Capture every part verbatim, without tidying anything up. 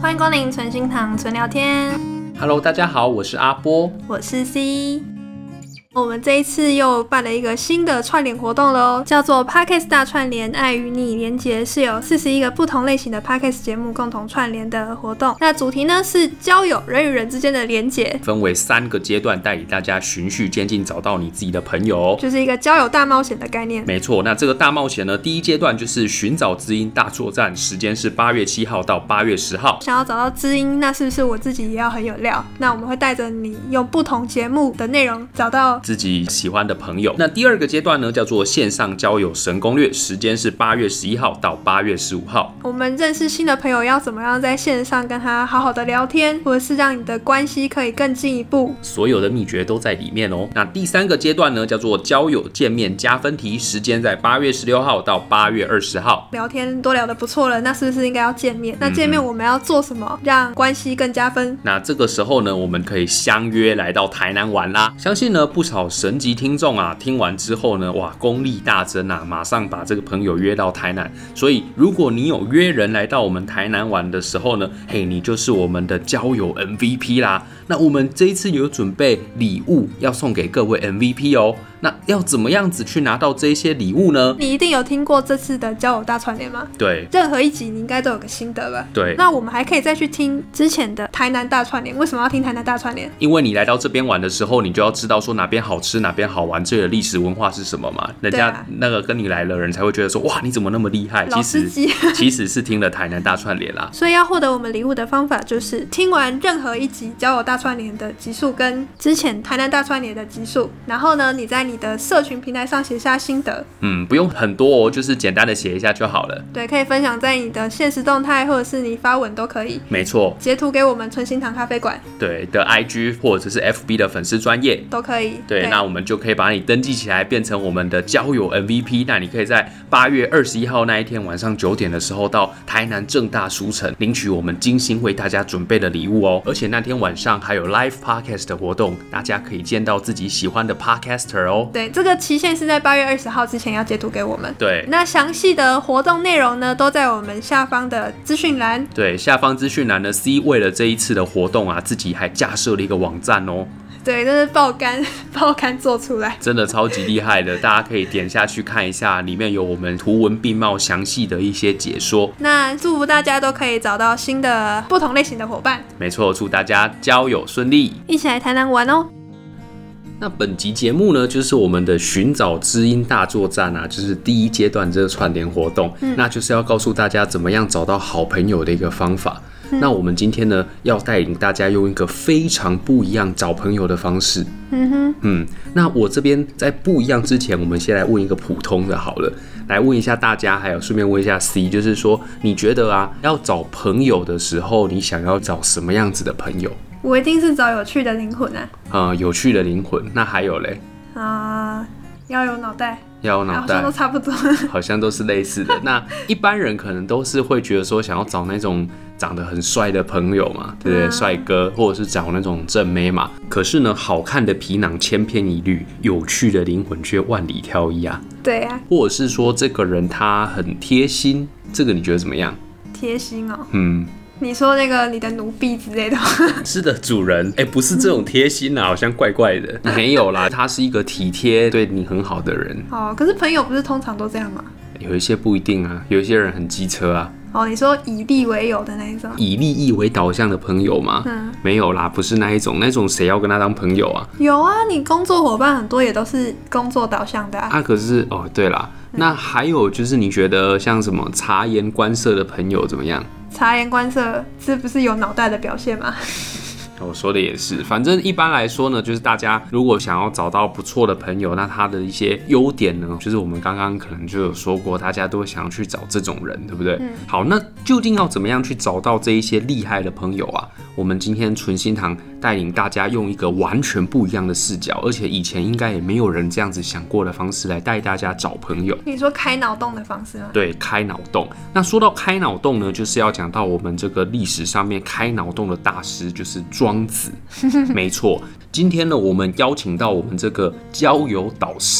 欢迎光临存心堂存聊天。 Hello， 大家好，我是阿波， 我是 C。我们这一次又办了一个新的串联活动咯，叫做 Podcast 大串联爱与你连结，是有四十一个不同类型的 Podcast 节目共同串联的活动。那主题呢是交友，人与人之间的连结， 分为三个阶段，带领大家循序渐进找到你自己的朋友， 就是一个交友大冒险的概念。 没错，那这个大冒险呢，第一阶段就是寻找知音大作战，时间是八月七号到八月十号。 想要找到知音，那是不是我自己也要很有料？那我们会带着你用不同节目的内容找到自己喜欢的朋友。那第二个阶段呢，叫做线上交友神攻略，时间是八月十一号到八月十五号。 我们认识新的朋友要怎么样在线上跟他好好的聊天，或者是让你的关系可以更进一步， 所有的秘诀都在里面哦。那第三个阶段呢，叫做交友见面加分题，时间在八月十六号到八月二十号。 聊天都聊得不错了，那是不是应该要见面？那见面我们要做什么让关系更加分？ 那这个时候呢，我们可以相约来到台南玩啦。相信呢，不少神级听众啊，听完之后呢，哇，功力大增啊，马上把这个朋友约到台南。所以，如果你有约人来到我们台南玩的时候呢，嘿，你就是我们的交友 M V P 啦。那我们这一次有准备礼物要送给各位 M V P 哦。那要怎么样子去拿到这些礼物呢？ 你一定有听过这次的交友大串联吗？ 对， 任何一集你应该都有个心得吧？ 对。 那我们还可以再去听之前的台南大串联。为什么要听台南大串联？ 因为你来到这边玩的时候，你就要知道说哪边好吃，哪边好玩，这里的历史文化是什么嘛？人家那个跟你来的人才会觉得说，哇，你怎么那么厉害？ 老司机其实是听了台南大串联啦。 所以要获得我们礼物的方法就是听完任何一集交友大串联的集数跟之前台南大串联的集数，然后呢，你在你的社群平台上写下心得。嗯， 不用很多哦，就是简单的写一下就好了。 对，可以分享在你的限时动态，或者是你发文都可以。 没错， 截图给我们存心堂咖啡馆对的 I G 或者是 F B 的粉丝专页都可以。 对，对，那我们就可以把你登记起来，变成我们的交友 M V P。那你可以在八月二十一号那一天晚上九点的时候，到台南政大书城领取我们精心为大家准备的礼物哦。而且那天晚上还有 Live Podcast 的活动，大家可以见到自己喜欢的 Podcaster 哦。 对，这个期限是在八月二十号之前要截图给我们。 对， 那详细的活动内容呢，都在我们下方的资讯栏。 对，下方资讯栏呢 ，C 为了这一次的活动啊，自己还架设了一个网站哦。 对，这是爆肝爆肝做出来， 真的超级厉害的，大家可以点下去看一下，里面有我们图文并茂详细的一些解说。 那祝福大家都可以找到新的不同类型的伙伴。 没错，祝大家交友顺利， 一起来台南玩哦。 那本集节目呢，就是我们的寻找知音大作战啊，就是第一阶段这个串联活动、嗯，那就是要告诉大家怎么样找到好朋友的一个方法。嗯、那我们今天呢，要带领大家用一个非常不一样找朋友的方式。嗯哼，嗯，那我这边在不一样之前，我们先来问一个普通的好了，来问一下大家，还有顺便问一下 C， 就是说，你觉得啊，要找朋友的时候，你想要找什么样子的朋友？ 我一定是找有趣的灵魂啊。 嗯，有趣的灵魂。那还有嘞？ 啊、呃，要有脑袋。 要有脑袋， 好像都差不多， 好像都是类似的。那一般人可能都是会觉得说，想要找那种长得很帅的朋友嘛，对不对？帅、嗯、哥，或者是找那种正妹嘛。可是呢，好看的皮囊千篇一律，有趣的灵魂却万里挑一啊。 对啊。 或者是说，这个人他很贴心，这个你觉得怎么样？ 贴心哦。 嗯。 你说那个你的奴婢之类的是的，主人，哎、欸，不是这种贴心啊，好像怪怪的。没有啦，他是一个体贴、对你很好的人。 哦，可是朋友不是通常都这样吗？ 有一些不一定啊，有一些人很机车啊。 哦，你说以利为友的那一种， 以利益为导向的朋友吗？嗯，没有啦，不是那一种，那种谁要跟他当朋友啊？ 有啊，你工作伙伴很多也都是工作导向的啊。 啊，可是哦，对啦，嗯、那还有就是你觉得像什么察言观色的朋友怎么样？ 察言观色是不是有脑袋的表现吗？ 我说的也是，反正一般来说呢，就是大家如果想要找到不错的朋友，那他的一些优点呢，就是我们刚刚可能就有说过，大家都会想要去找这种人，对不对？嗯、好，那究竟要怎么样去找到这一些厉害的朋友啊？我们今天纯心堂带领大家用一个完全不一样的视角，而且以前应该也没有人这样子想过的方式来带大家找朋友。 你说开脑洞的方式吗？ 对，开脑洞。那说到开脑洞呢，就是要讲到我们这个历史上面开脑洞的大师，就是庄子。没错，今天呢，我们邀请到我们这个交友导师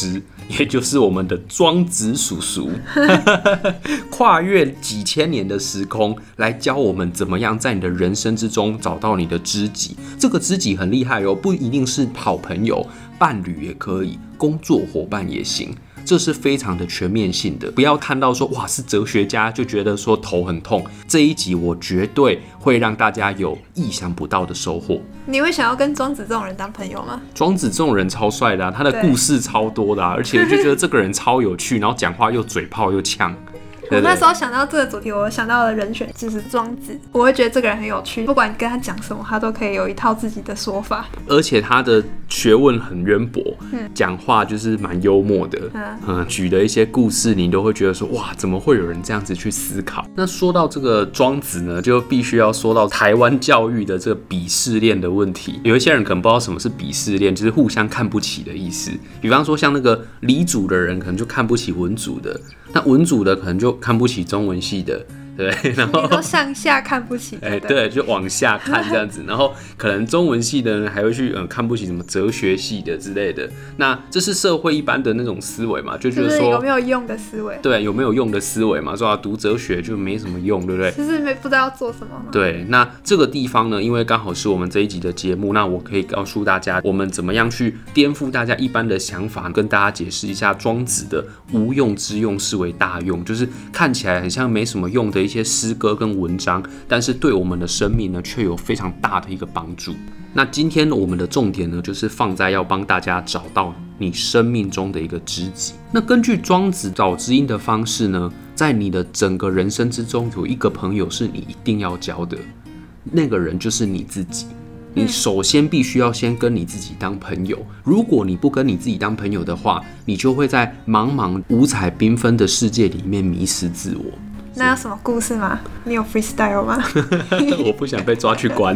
也就是我们的庄子叔叔，跨越几千年的时空，来教我们怎么样在你的人生之中找到你的知己。这个知己很厉害哦，不一定是好朋友，伴侣也可以，工作伙伴也行。这是非常的全面性的，不要看到说哇是哲学家就觉得说头很痛。这一集我绝对会让大家有意想不到的收获。 你会想要跟庄子这种人当朋友吗？ 庄子这种人超帅的啊，他的故事超多的啊，而且就觉得这个人超有趣，然后讲话又嘴炮又呛。 我那时候想到这个主题，我想到的人选就是庄子。我会觉得这个人很有趣，不管你跟他讲什么，他都可以有一套自己的说法， 而且他的学问很渊博，讲、嗯、话就是蛮幽默的，嗯嗯，举的一些故事你都会觉得说哇，怎么会有人这样子去思考？那说到这个庄子呢，就必须要说到台湾教育的这个鄙视链的问题。有一些人可能不知道什么是鄙视链，就是互相看不起的意思。比方说像那个理组的人可能就看不起文组的，那文组的可能就看不起中文系的，对，然后你都向下看不起， 哎、欸，对，就往下看这样子，然后可能中文系的人还会去嗯看不起什么哲学系的之类的。那这是社会一般的那种思维嘛，就觉得说、 就是、有没有用的思维， 对，有没有用的思维嘛，说啊读哲学就没什么用，对不对？ 就是没不知道要做什么嘛。 对，那这个地方呢，因为刚好是我们这一集的节目，那我可以告诉大家，我们怎么样去颠覆大家一般的想法，跟大家解释一下庄子的无用之用视为大用，就是看起来很像没什么用的一些诗歌跟文章，但是对我们的生命呢，却有非常大的一个帮助。那今天我们的重点呢，就是放在要帮大家找到你生命中的一个知己。那根据庄子找知音的方式呢，在你的整个人生之中，有一个朋友是你一定要交的，那个人就是你自己。你首先必须要先跟你自己当朋友，如果你不跟你自己当朋友的话，你就会在茫茫五彩缤纷的世界里面迷失自我。 那有什么故事吗？你有 freestyle 吗？ 我不想被抓去关。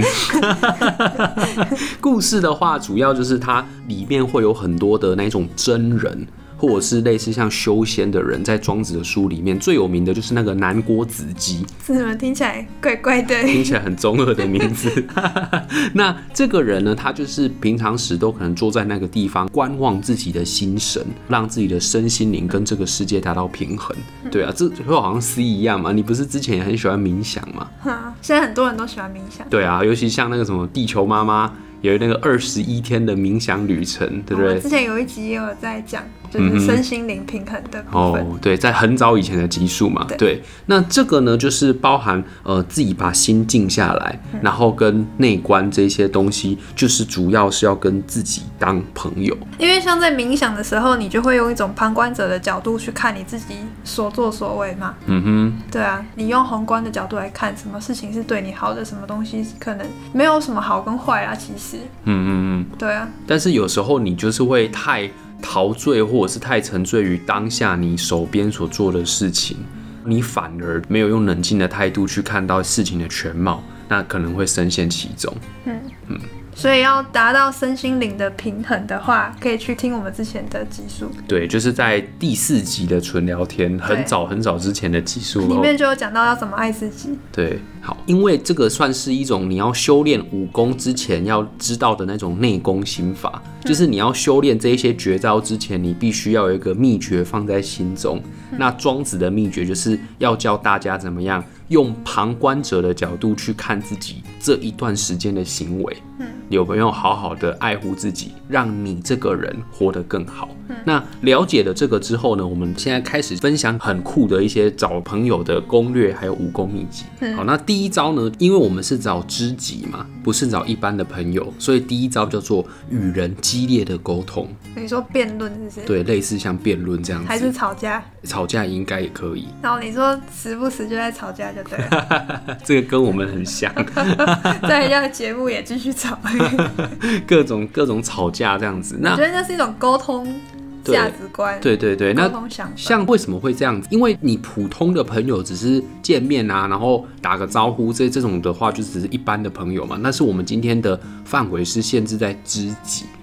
故事的话，主要就是它里面会有很多的那种真人，或者是类似像修仙的人，在庄子的书里面最有名的就是那个南郭子机， 是什么？听起来怪怪的， 听起来很中二的名字。那这个人呢，他就是平常时都可能坐在那个地方观望自己的心神，让自己的身心灵跟这个世界达到平衡。对啊，这就好像 C 一样嘛，你不是之前也很喜欢冥想吗？ 现在很多人都喜欢冥想。 对啊，尤其像那个什么地球妈妈。有那个二十一天的冥想旅程，对不对？ 哦、之前有一集也有在讲，就是身心灵平衡的部分、 嗯。哦，对，在很早以前的集数嘛。对。对，那这个呢，就是包含呃自己把心静下来，嗯、然后跟内观这些东西，就是主要是要跟自己当朋友。 因为像在冥想的时候，你就会用一种旁观者的角度去看你自己所作所为嘛。 嗯哼。 对啊，你用宏观的角度来看，什么事情是对你好的，什么东西可能没有什么好跟坏啊，其实。 嗯嗯嗯， 对啊。 但是有时候你就是会太陶醉，或者是太沉醉于当下你手边所做的事情，你反而没有用冷静的态度去看到事情的全貌，那可能会深陷其中。嗯嗯。 所以要达到身心灵的平衡的话，可以去听我们之前的集数。 对，就是在第四集的纯聊天，很早很早之前的集数里面就有讲到要怎么爱自己。 对，好，因为这个算是一种你要修炼武功之前要知道的那种内功心法，嗯、就是你要修炼这一些绝招之前，你必须要有一个秘诀放在心中。嗯、那庄子的秘诀就是要教大家怎么样用旁观者的角度去看自己这一段时间的行为。嗯，有没有好好的爱护自己，让你这个人活得更好？嗯、那了解了这个之后呢，我们现在开始分享很酷的一些找朋友的攻略，还有武功秘籍。嗯、好，那第一招呢，因为我们是找知己嘛，不是找一般的朋友，所以第一招叫做与人激烈的沟通。 你说辩论是不是？ 对，类似像辩论这样子， 还是吵架？ 吵架应该也可以。 然后你说时不时就在吵架就对了。 这个跟我们很像。 在人家的节目也继续吵。 各种各种吵架这样子，那我觉得那是一种沟通价值观。 对对对， 沟通想法。 那像为什么会这样子？因为你普通的朋友只是见面啊，然后打个招呼，这这种的话就只是一般的朋友嘛。但是我们今天的范围是限制在知己。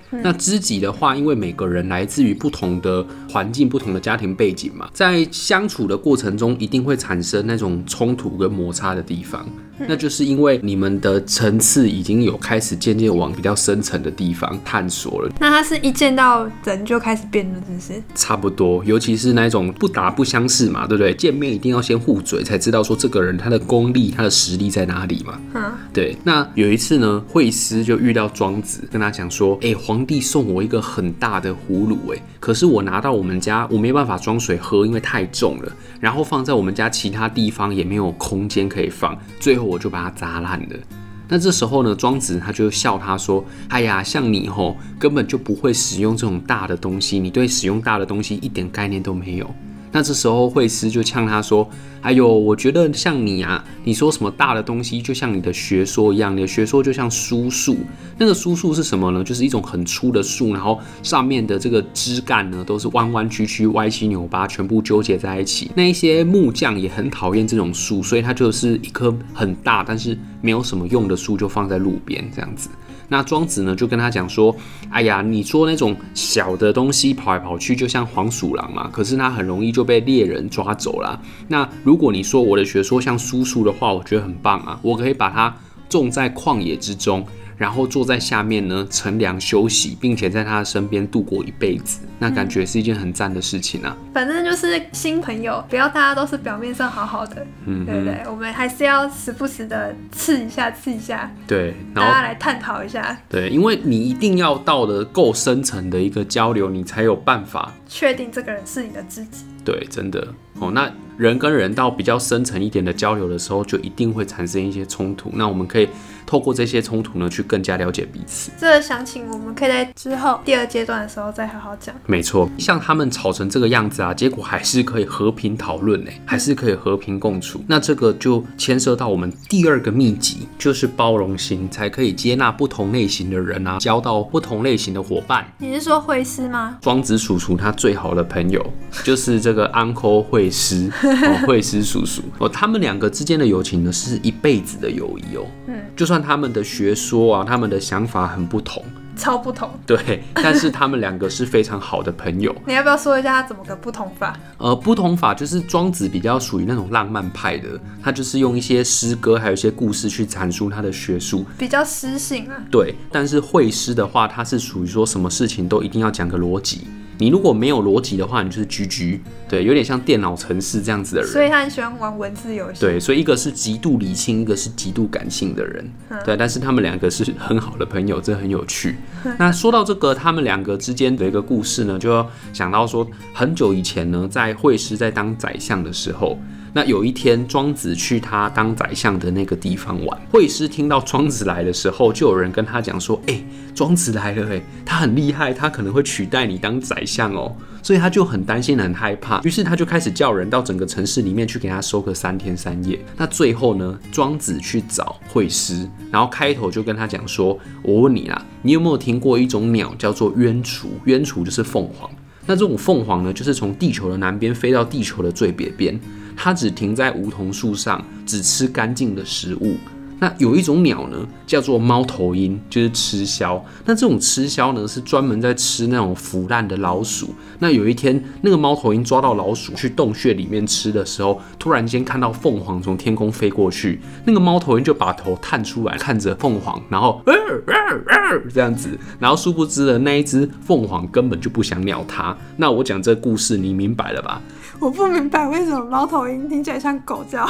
嗯、那知己的话，因为每个人来自于不同的环境、不同的家庭背景嘛，在相处的过程中，一定会产生那种冲突跟摩擦的地方。嗯、那就是因为你们的层次已经有开始渐渐往比较深层的地方探索了。 那他是一见到人就开始辩论，是不是？ 差不多，尤其是那种不打不相识嘛，对不对？见面一定要先互嘴，才知道说这个人他的功力、他的实力在哪里嘛。嗯，对。那有一次呢，惠施就遇到庄子，跟他讲说：“哎、欸，皇帝送我一个很大的葫芦，哎，可是我拿到我们家，我没办法装水喝，因为太重了。然后放在我们家其他地方也没有空间可以放，最后我就把它砸烂了。”那这时候呢，庄子他就笑他说：“哎呀，像你吼，根本就不会使用这种大的东西，你对使用大的东西一点概念都没有。”那这时候惠施就呛他说：“哎呦，我觉得像你啊，你说什么大的东西，就像你的学说一样，你的学说就像书树。那个书树是什么呢？就是一种很粗的树，然后上面的这个枝干呢，都是弯弯曲曲、歪七扭八，全部纠结在一起。那一些木匠也很讨厌这种树，所以它就是一棵很大但是没有什么用的树，就放在路边这样子。”那庄子呢就跟他讲说：“哎呀，你说那种小的东西跑来跑去，就像黄鼠狼嘛，可是它很容易就被猎人抓走啦。那如果你说我的学说像叔叔的话，我觉得很棒啊，我可以把它种在旷野之中。”然后坐在下面呢，乘凉休息，并且在他的身边度过一辈子，那感觉是一件很赞的事情啊。 反正就是新朋友，不要大家都是表面上好好的，嗯，对不对？我们还是要时不时的刺一下，刺一下， 对，然后大家来探讨一下。 对，因为你一定要到了够深层的一个交流，你才有办法确定这个人是你的知己。 对，真的哦。那人跟人到比较深层一点的交流的时候，就一定会产生一些冲突。那我们可以透过这些冲突呢，去更加了解彼此。 这个详情我们可以在之后第二阶段的时候再好好讲。 没错，像他们吵成这个样子啊，结果还是可以和平讨论呢，还是可以和平共处。那这个就牵涉到我们第二个秘籍，就是包容心，才可以接纳不同类型的人啊，交到不同类型的伙伴。 你是说惠施吗？ 庄子叔叔他最好的朋友就是这个 Uncle 惠施。哦，惠施叔叔哦，他们两个之间的友情呢，是一辈子的友谊哦。嗯，就算他们的学说啊，他们的想法很不同， 超不同。 对，但是他们两个是非常好的朋友。 你要不要说一下他怎么个不同法？ 呃，不同法就是庄子比较属于那种浪漫派的，他就是用一些诗歌还有一些故事去阐述他的学术， 比较诗性啊。 对，但是惠施的话，他是属于说什么事情都一定要讲个逻辑。你如果没有逻辑的话，你就是 G G， 对，有点像电脑程式这样子的人。 所以他很喜欢玩文字游戏。 对，所以一个是极度理性，一个是极度感性的人。嗯、对，但是他们两个是很好的朋友，这很有趣。嗯、那说到这个，他们两个之间的一个故事呢，就要想到说，很久以前呢，在惠施在当宰相的时候。那有一天，庄子去他当宰相的那个地方玩。惠施听到庄子来的时候，就有人跟他讲说：“哎、欸，庄子来了、欸，他很厉害，他可能会取代你当宰相哦。”所以他就很担心、很害怕。于是他就开始叫人到整个城市里面去给他收个三天三夜。那最后呢，庄子去找惠施，然后开头就跟他讲说：“我问你啦，你有没有听过一种鸟叫做鸢雏？鸢雏就是凤凰。那这种凤凰呢，就是从地球的南边飞到地球的最北边。”它只停在梧桐树上，只吃干净的食物。那有一种鸟呢，叫做猫头鹰，就是吃枭。那这种吃枭呢，是专门在吃那种腐烂的老鼠。那有一天，那个猫头鹰抓到老鼠去洞穴里面吃的时候，突然间看到凤凰从天空飞过去，那个猫头鹰就把头探出来看着凤凰，然后、呃呃呃、这样子，然后殊不知的那一只凤凰根本就不想鸟它。那我讲这个故事，你明白了吧？ 我不明白为什么猫头鹰听起来像狗叫。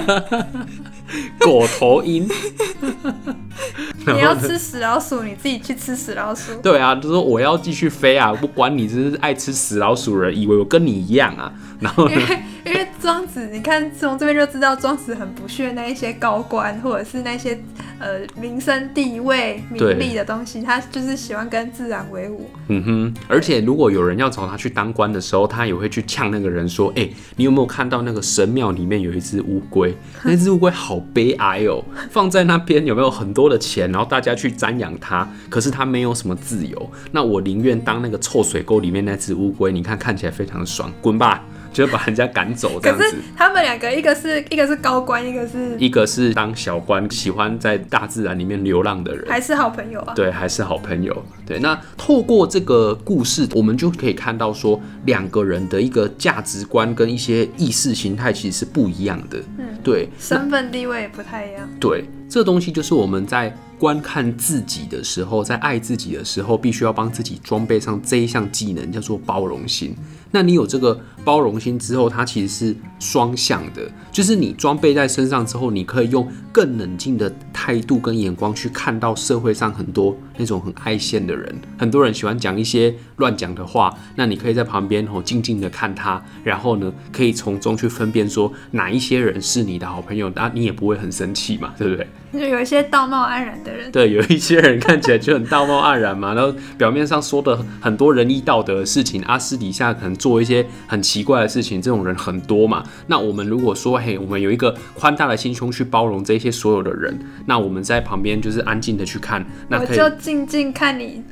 狗头鹰。 你要吃死老鼠，你自己去吃死老鼠。 对啊，就说我要继续飞啊，不管你只是爱吃死老鼠的人，以为我跟你一样啊。然后呢， 因为因为庄子，你看从这边就知道庄子很不屑那一些高官或者是那些呃名声地位名利的东西，他就是喜欢跟自然为伍。 嗯哼，而且如果有人要找他去当官的时候，他也会去呛那个人说：“哎、欸，你有没有看到那个神庙里面有一只乌龟？那只乌龟好悲哀哦，放在那边有没有很多的钱，然后大家去瞻仰它，可是它没有什么自由。那我宁愿当那个臭水沟里面那只乌龟，你看看起来非常爽，滚吧！” 就把人家赶走这样子。 可是他们两个，一个是一个是高官，一个是一个是当小官，喜欢在大自然里面流浪的人， 还是好朋友啊？ 对，还是好朋友。对，那透过这个故事，我们就可以看到说，两个人的一个价值观跟一些意识形态其实是不一样的。嗯，对， 身份地位也不太一样。 对，这东西就是我们在观看自己的时候，在爱自己的时候，必须要帮自己装备上这一项技能，叫做包容心。那你有这个包容心之后，它其实是双向的，就是你装备在身上之后，你可以用更冷静的态度跟眼光去看到社会上很多那种很爱现的人，很多人喜欢讲一些乱讲的话，那你可以在旁边哦静静的看他，然后呢，可以从中去分辨说哪一些人是你的好朋友，那你也不会很生气嘛，对不对？ 就有一些道貌岸然的人， 对，有一些人看起来就很道貌岸然嘛，然后表面上说的很多仁义道德的事情，啊，私底下可能做一些很奇怪的事情，这种人很多嘛。那我们如果说，嘿，我们有一个宽大的心胸去包容这些所有的人，那我们在旁边就是安静的去看，那可以我就静静看你，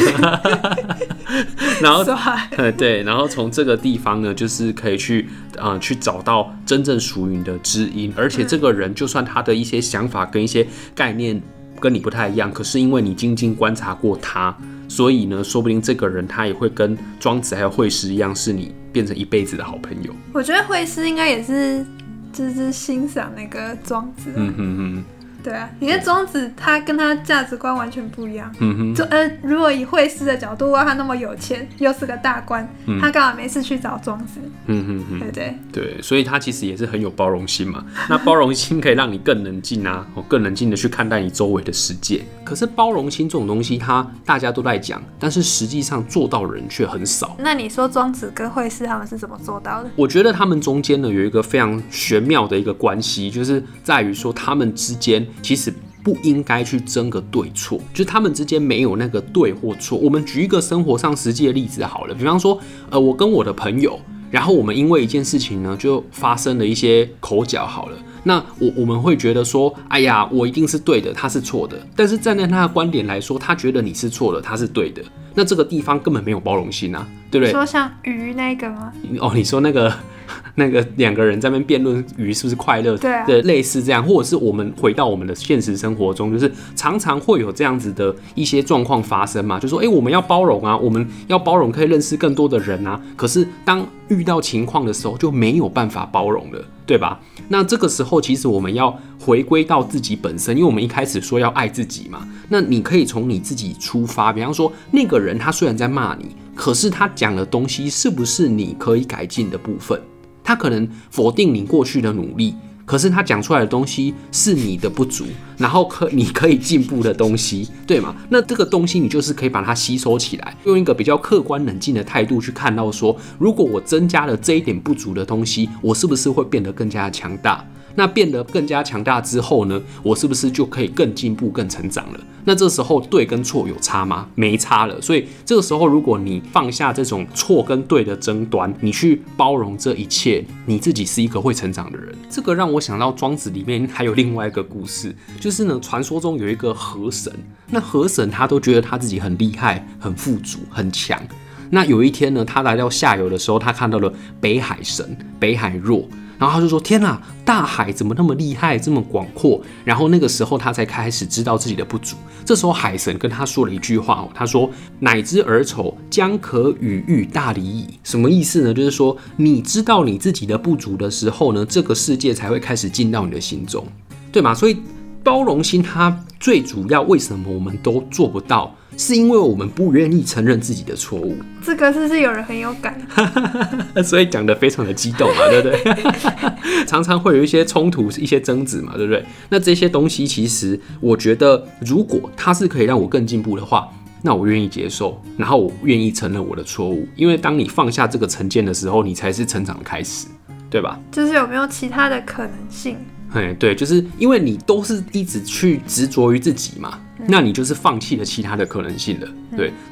然后对，然后从这个地方呢，就是可以去呃去找到真正属于你的知音，而且这个人就算他的一些想法跟一些概念跟你不太一样，可是因为你静静观察过他，所以呢，说不定这个人他也会跟庄子还有惠施一样，是你变成一辈子的好朋友。 我觉得惠施应该也是就是欣赏那个庄子，嗯哼哼。对啊，因为庄子他跟他价值观完全不一样。嗯哼，就呃，如果以惠施的角度，他那么有钱，又是个大官，嗯、他干嘛没事去找庄子？嗯哼哼，对不对？ 对，所以他其实也是很有包容心嘛。那包容心可以让你更冷静啊，更冷静的去看待你周围的世界。可是包容心这种东西，它大家都在讲，但是实际上做到的人却很少。 那你说庄子跟惠施他们是怎么做到的？ 我觉得他们中间呢有一个非常玄妙的一个关系，就是在于说他们之间其实不应该去争个对错，就是他们之间没有那个对或错。我们举一个生活上实际的例子好了，比方说，呃，我跟我的朋友，然后我们因为一件事情呢，就发生了一些口角好了。那我我们会觉得说，哎呀，我一定是对的，他是错的。但是站在他的观点来说，他觉得你是错的，他是对的。那这个地方根本没有包容心啊，对不对？ 说像鱼那个吗？ 哦，你说那个那个两个人在那边辩论鱼是不是快乐？ 对啊， 对，类似这样，或者是我们回到我们的现实生活中，就是常常会有这样子的一些状况发生嘛，就说，哎、欸，我们要包容啊，我们要包容，可以认识更多的人啊。可是当遇到情况的时候，就没有办法包容了，对吧？那这个时候，其实我们要回归到自己本身，因为我们一开始说要爱自己嘛。那你可以从你自己出发，比方说，那个人他虽然在骂你，可是他讲的东西是不是你可以改进的部分？他可能否定你过去的努力，可是他讲出来的东西是你的不足，然后可你可以进步的东西，对吗？那这个东西你就是可以把它吸收起来，用一个比较客观冷静的态度去看到说，如果我增加了这一点不足的东西，我是不是会变得更加强大？那变得更加强大之后呢，我是不是就可以更进步、更成长了？那这时候对跟错有差吗？没差了。所以这个时候，如果你放下这种错跟对的争端，你去包容这一切，你自己是一个会成长的人。这个让我想到庄子里面还有另外一个故事，就是呢，传说中有一个河神，那河神他都觉得他自己很厉害、很富足、很强。那有一天呢，他来到下游的时候，他看到了北海神、北海若。然后他就说：“天啊，大海怎么那么厉害，这么广阔？”然后那个时候他才开始知道自己的不足。这时候海神跟他说了一句话，他说：“乃知尔丑，将可与喻大礼矣。”什么意思呢？就是说，你知道你自己的不足的时候呢，这个世界才会开始进到你的心中，对吗？所以包容心它最主要，为什么我们都做不到？是因为我们不愿意承认自己的错误。 这个是不是有人很有感？ 所以讲得非常的激动嘛，对不对？常常会有一些冲突、一些争执嘛，对不对？那这些东西其实，我觉得如果它是可以让我更进步的话，那我愿意接受，然后我愿意承认我的错误。因为当你放下这个成见的时候，你才是成长的开始，对吧？ 就是有没有其他的可能性？ 哎，对，就是因为你都是一直去执着于自己嘛，那你就是放弃了其他的可能性了，对，所以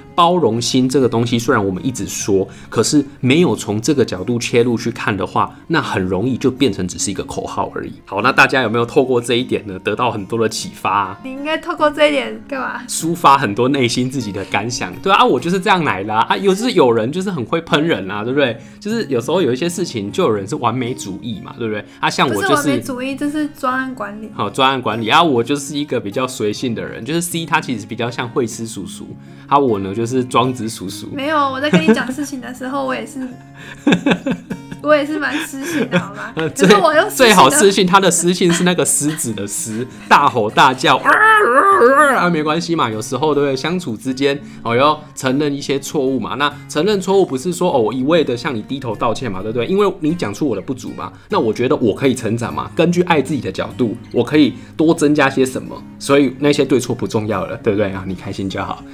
包容心这个东西虽然我们一直说，可是没有从这个角度切入去看的话，那很容易就变成只是一个口号而已。好，那大家有没有透过这一点呢，得到很多的启发啊？ 你应该透过这一点干嘛？ 抒发很多内心自己的感想。对啊，我就是这样来的 啊, 啊有就是有人就是很会喷人啊，对不对？就是有时候有一些事情，就有人是完美主义嘛，对不对？啊，像我就是不是完美主义，这是专案管理。 好，专案管理啊，我就是一个比较随性的人，就是 C 他其实比较像惠施叔叔，啊我呢就是庄子叔叔。 没有，我在跟你讲事情的时候，我也是。我也是蛮私信的，好吗？可是我又最好私信，他的私信是那个狮子的狮，大吼大叫啊，没关系嘛。有时候对不对？相处之间，哦，要承认一些错误嘛。那承认错误不是说哦，我一味的向你低头道歉嘛，对不对？因为你讲出我的不足嘛，那我觉得我可以成长嘛。根据爱自己的角度，我可以多增加些什么，所以那些对错不重要了，对不对啊？你开心就好。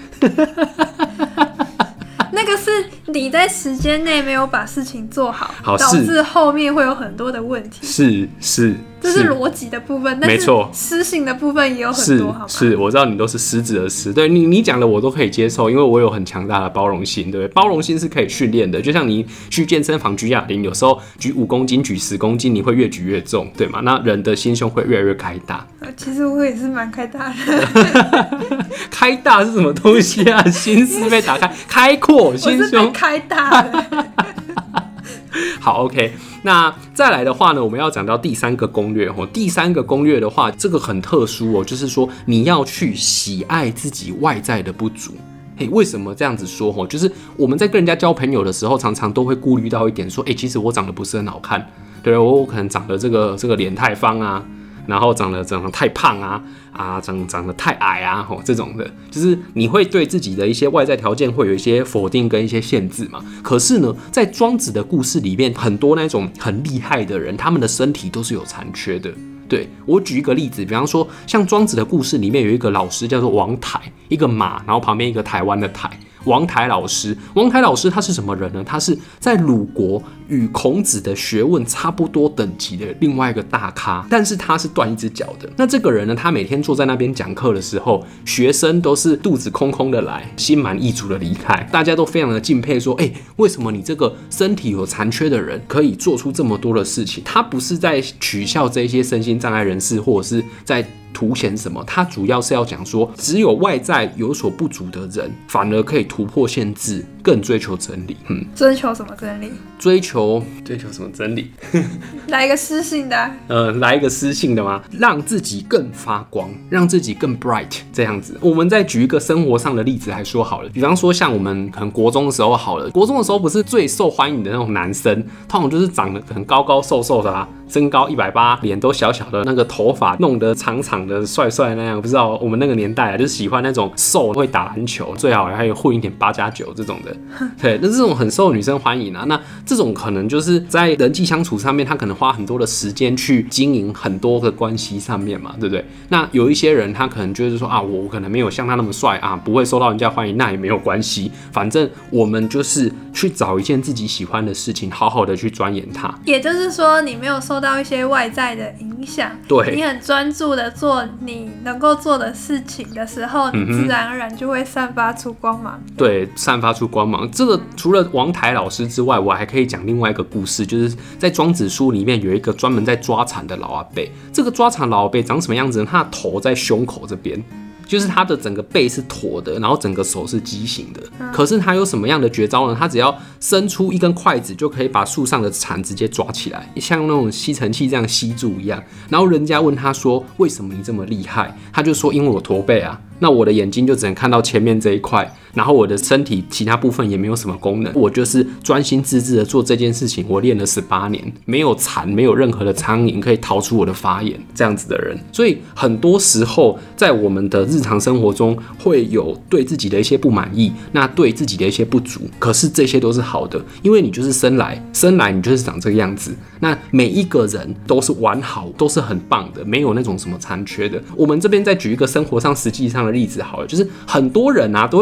那个是你在时间内没有把事情做好， 好导致后面会有很多的问题。 是是。 这是逻辑的部分，但是诗性的部分也有很多，好吗？ 是，我知道你都是狮子的狮，对你你讲的我都可以接受，因为我有很强大的包容心，对不对？包容心是可以训练的，就像你去健身房举哑铃，有时候举五公斤、举十公斤，你会越举越重，对吗？那人的心胸会越来越开大。 其实我也是蛮开大的。 开大是什么东西啊？心思被打开，开阔心胸， 我是被开大的。 好 ，OK， 那再来的话呢，我们要讲到第三个攻略哦。第三个攻略的话，这个很特殊哦，就是说你要去喜爱自己外在的不足。嘿，为什么这样子说？哦，就是我们在跟人家交朋友的时候，常常都会顾虑到一点，说，哎、欸，其实我长得不是很好看，对不对？我可能长得这个这个脸太方啊。然后长得长得太胖啊啊，长长得太矮啊，吼，这种的，就是你会对自己的一些外在条件会有一些否定跟一些限制嘛。可是呢，在庄子的故事里面，很多那种很厉害的人，他们的身体都是有残缺的。对，我举一个例子，比方说像庄子的故事里面有一个老师叫做王台，一个马，然后旁边一个台湾的台。王台老师，王台老师他是什么人呢？他是在鲁国与孔子的学问差不多等级的另外一个大咖，但是他是断一只脚的。那这个人呢，他每天坐在那边讲课的时候，学生都是肚子空空的来，心满意足的离开，大家都非常的敬佩，说，哎、欸，为什么你这个身体有残缺的人可以做出这么多的事情？他不是在取笑这些身心障碍人士，或者是在凸显什么？他主要是要讲说，只有外在有所不足的人，反而可以突破限制，更追求真理。嗯， 追求什么真理？ 追求追求什么真理？ 来一个诗性的、啊。 呃，来一个诗性的吗？让自己更发光，让自己更 bright， 这样子。我们再举一个生活上的例子来说好了，比方说像我们可能国中的时候好了，国中的时候不是最受欢迎的那种男生，通常就是长得很高高瘦瘦的啊。身高一百八，脸都小小的，那个头发弄得长长的、帅帅那样。不知道我们那个年代啊，就是喜欢那种瘦，会打篮球，最好还有混一点八加九这种的。对，那这种很受女生欢迎啊。那这种可能就是在人际相处上面，他可能花很多的时间去经营很多个关系上面嘛，对不对？那有一些人他可能就是说啊，我可能没有像他那么帅啊，不会受到人家欢迎，那也没有关系，反正我们就是去找一件自己喜欢的事情，好好的去钻研它。 也就是说，你没有受到一些外在的影响， 对， 你很专注的做你能够做的事情的时候，你自然而然就会散发出光芒。 对，散发出光芒。这个除了王台老师之外，我还可以讲另外一个故事，就是在庄子书里面有一个专门在抓蝉的老阿伯。这个抓蝉老阿伯长什么样子呢？他的头在胸口这边。就是他的整个背是驼的，然后整个手是畸形的。可是他有什么样的绝招呢？他只要伸出一根筷子，就可以把树上的蝉直接抓起来，像那种吸尘器这样吸住一样。然后人家问他说：“为什么你这么厉害？”他就说：“因为我驼背啊。”那我的眼睛就只能看到前面这一块，然后我的身体其他部分也没有什么功能，我就是专心致志的做这件事情。我练了十八年，没有蝉，没有任何的苍蝇可以逃出我的法眼，这样子的人。所以很多时候在我们的日常生活中会有对自己的一些不满意，那对自己的一些不足，可是这些都是好的，因为你就是生来生来你就是长这个样子。那每一个人都是完好，都是很棒的，没有那种什么残缺的。我们这边再举一个生活上实际上的例子好了，就是很多人啊都会说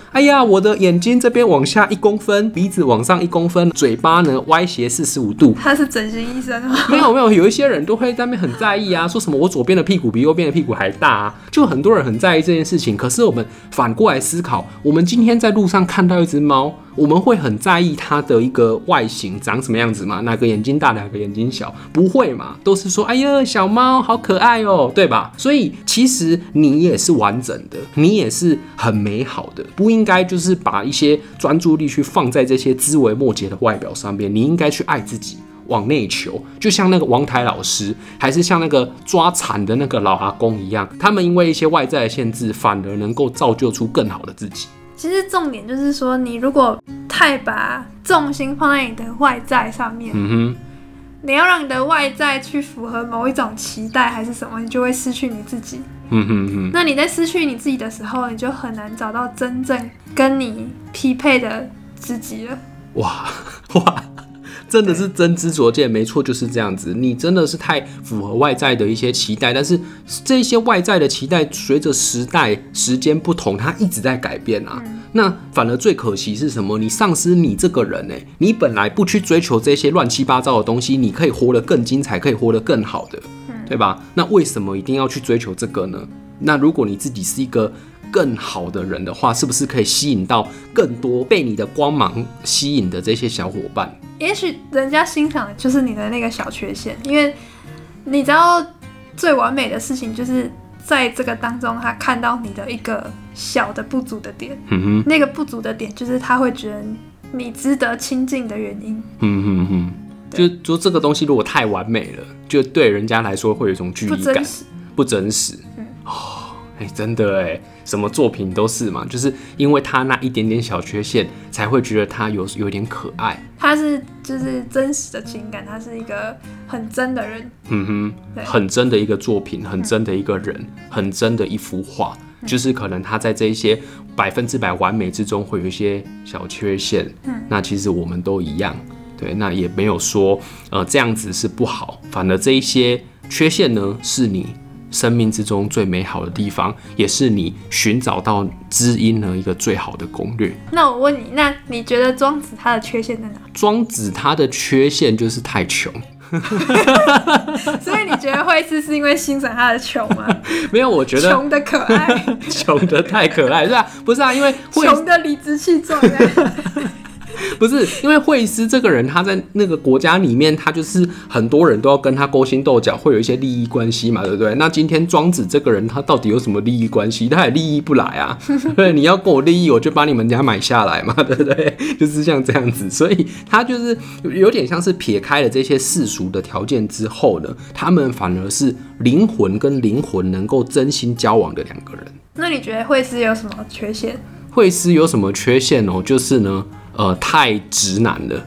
哎呀，我的眼睛这边往下一公分，鼻子往上一公分，嘴巴呢歪斜四十五度。 他是整形医生吗？ 没有没有，有一些人都会在那边很在意啊，说什么我左边的屁股比右边的屁股还大啊，就很多人很在意这件事情。可是我们反过来思考，我们今天在路上看到一只猫，我们会很在意它的一个外形长什么样子吗？哪个眼睛大，哪个眼睛小？不会嘛，都是说哎呀小猫好可爱哦，对吧？所以其实你也是完整的，你也是很美好的，不应该就是把一些专注力去放在这些枝微末节的外表上面，你应该去爱自己。往内求，就像那个王台老师，还是像那个抓蝉的那个老阿公一样，他们因为一些外在的限制，反而能够造就出更好的自己。 其实重点就是说，你如果太把重心放在你的外在上面，嗯哼，你要让你的外在去符合某一种期待还是什么，你就会失去你自己。嗯哼哼。那你在失去你自己的时候，你就很难找到真正跟你匹配的自己了。哇哇！真的是真知灼见，没错，就是这样子。你真的是太符合外在的一些期待，但是这些外在的期待随着时代、时间不同，它一直在改变啊。嗯、那反而最可惜是什么？你丧失你这个人、欸、你本来不去追求这些乱七八糟的东西，你可以活得更精彩，可以活得更好的，嗯、对吧？那为什么一定要去追求这个呢？那如果你自己是一个更好的人的话，是不是可以吸引到更多被你的光芒吸引的这些小伙伴？也许人家欣赏的就是你的那个小缺陷，因为你知道最完美的事情就是在这个当中他看到你的一个小的不足的点，嗯哼，那个不足的点就是他会觉得你值得亲近的原因。嗯哼哼，就就这个东西如果太完美了，就对人家来说会有一种距离感，不真实，不真实。嗯，哦，哎，真的哎。什么作品都是嘛，就是因为他那一点点小缺陷，才会觉得他有有点可爱。他是就是真实的情感，他是一个很真的人。嗯哼，很真的一个作品，很真的一个人，嗯、很真的一幅画。嗯、就是可能他在这一些百分之百完美之中，会有一些小缺陷。嗯，那其实我们都一样。对，那也没有说呃这样子是不好，反而这一些缺陷呢，是你生命之中最美好的地方，也是你寻找到知音的一个最好的攻略。那我问你，那你觉得庄子他的缺陷在哪？庄子他的缺陷就是太穷。所以你觉得惠施是因为欣赏他的穷吗？没有，我觉得穷的可爱，穷的太可爱，是吧？不是啊，因为穷的理直气壮。不是，因为惠施这个人，他在那个国家里面，他就是很多人都要跟他勾心斗角，会有一些利益关系嘛，对不对？那今天庄子这个人，他到底有什么利益关系？他也利益不来啊。对，你要跟我利益，我就把你们家买下来嘛，对不对？就是像这样子，所以他就是有点像是撇开了这些世俗的条件之后呢，他们反而是灵魂跟灵魂能够真心交往的两个人。那你觉得惠施有什么缺陷？惠施有什么缺陷哦？就是呢。呃，太直男了。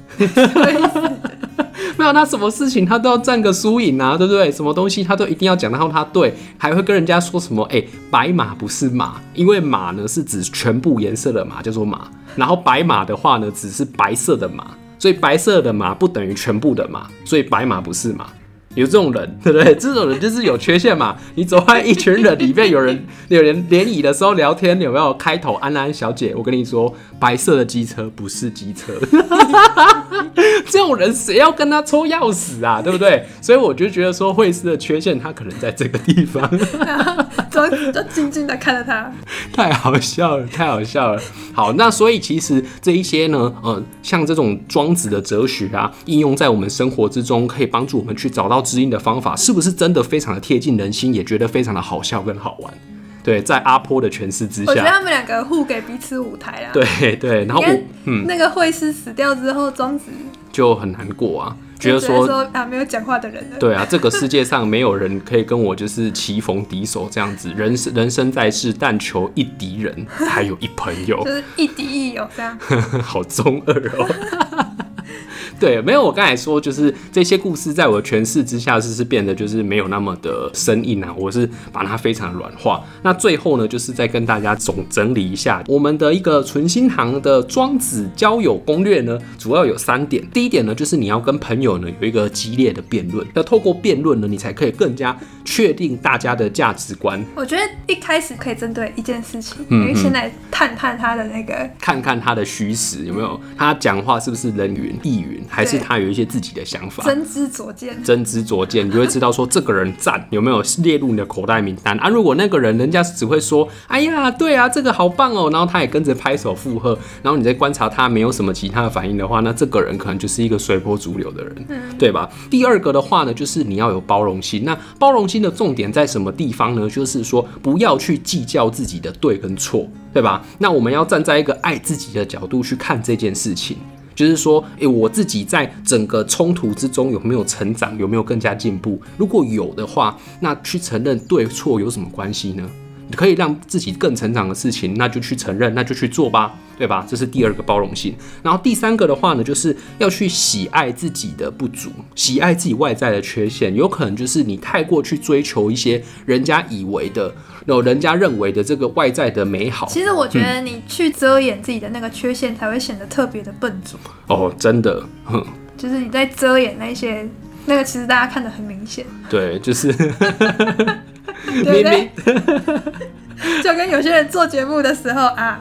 没有，他什么事情他都要占个输赢啊，对不对？什么东西他都一定要讲到他对，还会跟人家说什么？哎、欸，白马不是马，因为马呢是指全部颜色的马，叫做马。然后白马的话呢，只是白色的马，所以白色的马不等于全部的马，所以白马不是马。有这种人，对不对？这种人就是有缺陷嘛。你走在一群人里面，有人有人联谊的时候聊天，有没有开头安安小姐？我跟你说，白色的机车不是机车。这种人谁要跟他抽钥匙啊？对不对？所以我就觉得说，惠施的缺陷，他可能在这个地方。庄子就静静的看着他，太好笑了，太好笑了。好，那所以其实这一些呢，呃，像这种庄子的哲学啊，应用在我们生活之中，可以帮助我们去找到知音的方法，是不是真的非常的贴近人心，也觉得非常的好笑跟好玩？对，在阿坡的诠释之下，我觉得他们两个互给彼此舞台啦。对对，然后我嗯，那个惠施死掉之后，庄子就很难过啊。觉得 说, 说啊，没有讲话的人了。对啊，这个世界上没有人可以跟我就是棋逢敌手这样子。人人生在世，但求一敌人，还有一朋友，就是一敌一友这样。好中二哦。 对，没有我刚才说，就是这些故事在我的诠释之下，是是变得就是没有那么的生硬啊，我是把它非常软化。那最后呢，就是再跟大家总整理一下我们的一个纯心堂的庄子交友攻略呢，主要有三点。第一点呢，就是你要跟朋友呢有一个激烈的辩论，要透过辩论呢，你才可以更加确定大家的价值观。 我觉得一开始可以针对一件事情，嗯、因为现在探探他的那个， 看看他的虚实有没有，他讲话是不是人云亦云，还是他有一些自己的想法， 真知灼见， 真知灼见，你就会知道说这个人赞有没有列入你的口袋名单啊。如果那个人人家只会说，哎呀，对啊，这个好棒哦，然后他也跟着拍手附和，然后你在观察他没有什么其他的反应的话，那这个人可能就是一个随波逐流的人，嗯、对吧？第二个的话呢，就是你要有包容心。那包容心的重点在什么地方呢？就是说不要去计较自己的对跟错，对吧？那我们要站在一个爱自己的角度去看这件事情。就是说，欸，我自己在整个冲突之中有没有成长，有没有更加进步？如果有的话，那去承认对错有什么关系呢？可以让自己更成长的事情，那就去承认，那就去做吧，对吧？这是第二个包容性。然后第三个的话呢，就是要去喜爱自己的不足，喜爱自己外在的缺陷。有可能就是你太过去追求一些人家以为的、人家认为的这个外在的美好。 其实我觉得你去遮掩自己的那个缺陷，才会显得特别的笨拙。 哦，真的，哼， 就是你在遮掩那些，那个其实大家看得很明显。 对，就是。 对不对？就跟有些人做节目的时候啊，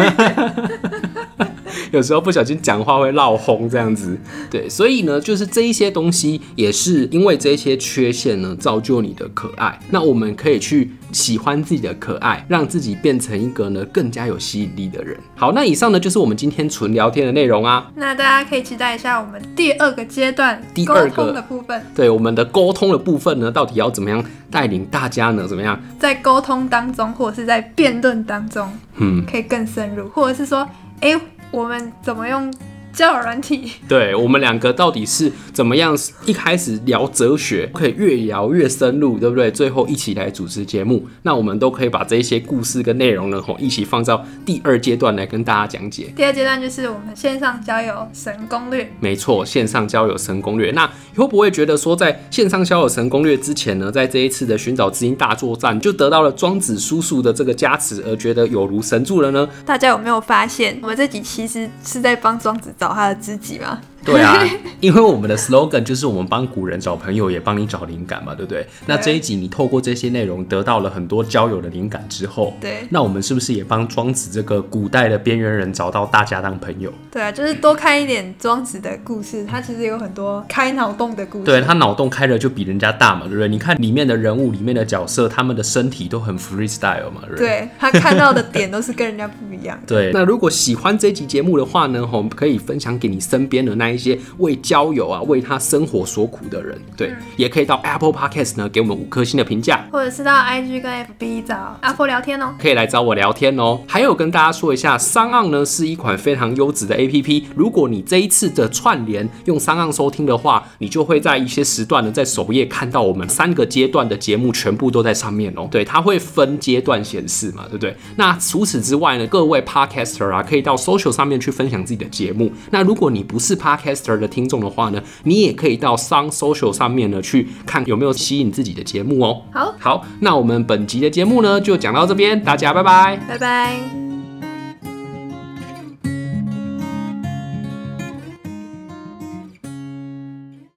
有时候不小心讲话会闹轰这样子。对，所以呢，就是这一些东西也是因为这些缺陷呢，造就你的可爱。那我们可以去喜欢自己的可爱，让自己变成一个呢更加有吸引力的人。好，那以上呢就是我们今天纯聊天的内容啊。 那大家可以期待一下我们第二个阶段第二个沟通的部分。 对，我们的沟通的部分呢，到底要怎么样带领大家呢？怎么样在沟通当中，或者是在辩论当中，嗯，可以更深入，或者是说，哎、欸，我们怎么用交友软体？ 对，我们两个到底是怎么样？一开始聊哲学，可以越聊越深入，对不对？最后一起来主持节目，那我们都可以把这些故事跟内容呢，一起放到第二阶段来跟大家讲解。 第二阶段就是我们线上交友神攻略。 没错，线上交友神攻略。那你会不会觉得说，在线上交友神攻略之前呢，在这一次的寻找知音大作战，就得到了庄子叔叔的这个加持，而觉得有如神助了呢？ 大家有没有发现，我们这集其实是在帮庄子找他的知己吗？ 对啊，因为我们的 slogan 就是我们帮古人找朋友，也帮你找灵感嘛，对不对？那这一集你透过这些内容得到了很多交友的灵感之后， 对， 那我们是不是也帮庄子这个古代的边缘人找到大家当朋友？ 对啊，就是多看一点庄子的故事，他其实有很多开脑洞的故事。 对，他脑洞开了就比人家大嘛，对不对？你看里面的人物、里面的角色，他们的身体都很 freestyle 嘛，对不对？ 对，他看到的点都是跟人家不一样的。 对，那如果喜欢这集节目的话呢，我们可以分享给你身边的那一些为交友啊、为他生活所苦的人，对，嗯、也可以到 Apple Podcast 呢给我们五颗星的评价， 或者是到 I G 跟 F B 找阿婆聊天哦， 可以来找我聊天哦。还有跟大家说一下，SoundOn呢是一款非常优质的 A P P， 如果你这一次的串联用SoundOn收听的话，你就会在一些时段呢在首页看到我们三个阶段的节目全部都在上面哦。对，它会分阶段显示嘛，对不对？那除此之外呢，各位 Podcaster 啊，可以到 Social 上面去分享自己的节目。那如果你不是 Podcaster 的听众的话呢，你也可以到 Sound Social 上面呢去看有没有吸引自己的节目哦。 好， 好，那我们本集的节目呢就讲到这边，大家拜拜， 拜拜。